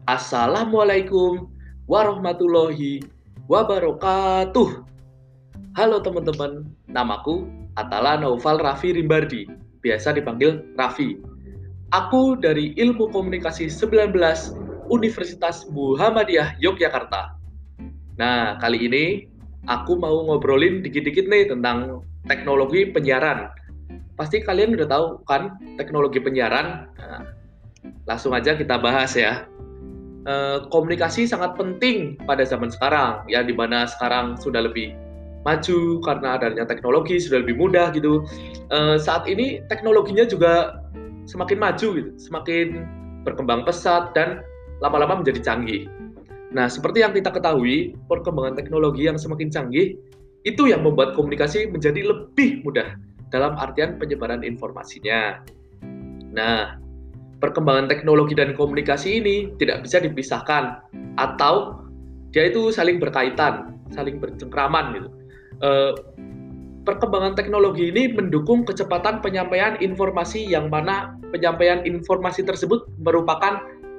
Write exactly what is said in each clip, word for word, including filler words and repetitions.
Assalamualaikum warahmatullahi wabarakatuh. Halo teman-teman, namaku Atala Naufal Raffi Rimbardi, biasa dipanggil Raffi. Aku dari Ilmu Komunikasi sembilan belas Universitas Muhammadiyah Yogyakarta. Nah, kali ini aku mau ngobrolin dikit-dikit nih tentang teknologi penyiaran. Pasti kalian udah tahu kan teknologi penyiaran? Nah, langsung aja kita bahas ya. Komunikasi sangat penting pada zaman sekarang, ya, di mana sekarang sudah lebih maju karena adanya teknologi, sudah lebih mudah gitu. E, saat ini teknologinya juga semakin maju gitu, semakin berkembang pesat dan lama-lama menjadi canggih. Nah, seperti yang kita ketahui, perkembangan teknologi yang semakin canggih itu yang membuat komunikasi menjadi lebih mudah dalam artian penyebaran informasinya. Nah, perkembangan teknologi dan komunikasi ini tidak bisa dipisahkan atau dia itu saling berkaitan, saling bercengkraman gitu. E, perkembangan teknologi ini mendukung kecepatan penyampaian informasi yang mana penyampaian informasi tersebut merupakan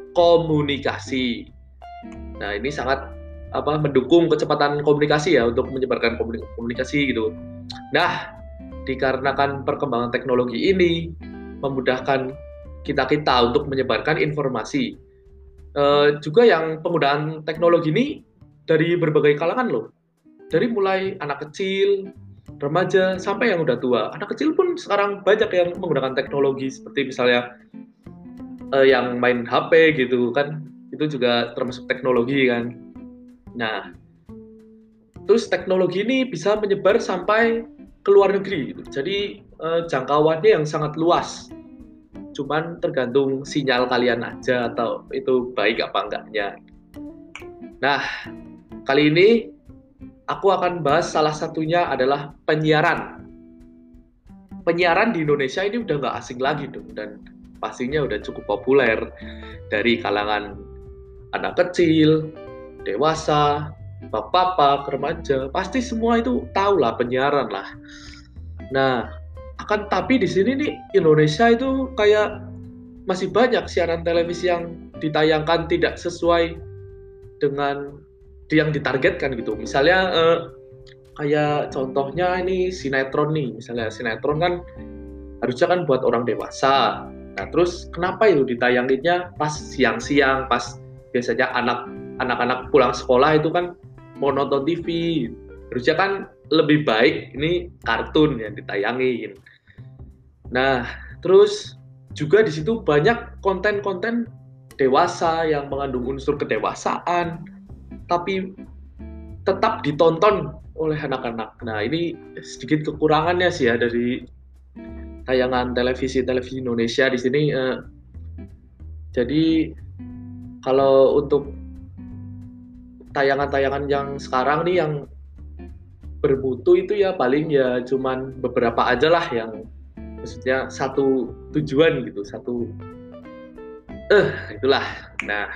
komunikasi. Nah, ini sangat apa mendukung kecepatan komunikasi ya untuk menyebarkan komunikasi gitu. Nah, dikarenakan perkembangan teknologi ini memudahkan kita-kita untuk menyebarkan informasi. E, juga yang penggunaan teknologi ini dari berbagai kalangan loh. Dari mulai anak kecil, remaja, sampai yang udah tua. Anak kecil pun sekarang banyak yang menggunakan teknologi, seperti misalnya e, yang main H P gitu kan. Itu juga termasuk teknologi kan. Nah, terus teknologi ini bisa menyebar sampai ke luar negeri gitu. Jadi e, jangkauannya yang sangat luas. Cuman tergantung sinyal kalian aja atau itu baik apa enggaknya. Nah, kali ini aku akan bahas salah satunya adalah penyiaran. Penyiaran di Indonesia ini udah nggak asing lagi dong, dan pastinya udah cukup populer dari kalangan anak kecil, dewasa, bapak-bapak, remaja, pasti semua itu tahu lah penyiaran lah. Nah, akan tapi di sini nih Indonesia itu kayak masih banyak siaran televisi yang ditayangkan tidak sesuai dengan yang ditargetkan gitu. Misalnya eh, kayak contohnya ini sinetron nih, misalnya sinetron kan harusnya kan buat orang dewasa. Nah, terus kenapa itu ditayanginnya pas siang-siang, pas biasanya anak anak-anak pulang sekolah itu kan mau nonton T V. Harusnya kan lebih baik ini kartun yang ditayangin. Nah, terus juga di situ banyak konten-konten dewasa yang mengandung unsur kedewasaan, tapi tetap ditonton oleh anak-anak. Nah, ini sedikit kekurangannya sih ya dari tayangan televisi-televisi Indonesia di sini. Eh, jadi kalau untuk tayangan-tayangan yang sekarang nih yang bermutu itu ya paling ya cuman beberapa aja lah yang maksudnya satu tujuan gitu, satu eh itulah. Nah,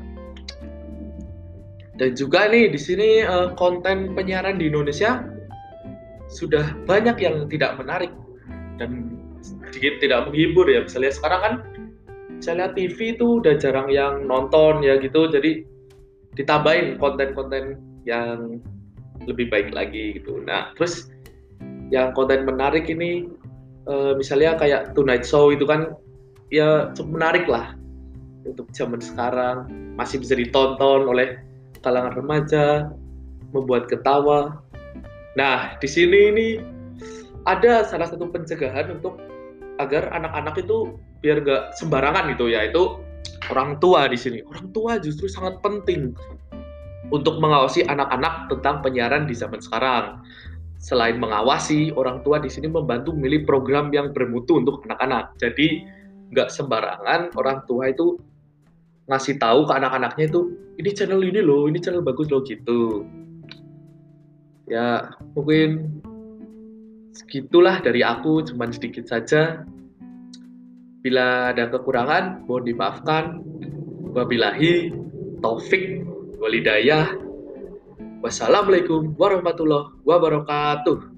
dan juga nih di sini uh, konten penyiaran di Indonesia sudah banyak yang tidak menarik dan sedikit tidak menghibur ya. Misalnya sekarang kan misalnya T V itu udah jarang yang nonton ya gitu, jadi ditambahin konten-konten yang lebih baik lagi gitu. Nah, terus yang konten menarik ini uh, misalnya kayak Tonight Show itu kan ya cukup menarik lah untuk zaman sekarang, masih bisa ditonton oleh kalangan remaja, membuat ketawa. Nah, di sini ini ada salah satu pencegahan untuk agar anak-anak itu biar nggak sembarangan gitu, yaitu orang tua di sini. Orang tua justru sangat penting untuk mengawasi anak-anak tentang penyiaran di zaman sekarang. Selain mengawasi, orang tua di sini membantu memilih program yang bermutu untuk anak-anak. Jadi nggak sembarangan orang tua itu ngasih tahu ke anak-anaknya itu, ini channel ini loh, ini channel bagus loh gitu. Ya, mungkin segitulah dari aku, cuman sedikit saja. Bila ada kekurangan, mohon dimaafkan. Wabillahi taufik walhidayah. Wassalamualaikum warahmatullahi wabarakatuh.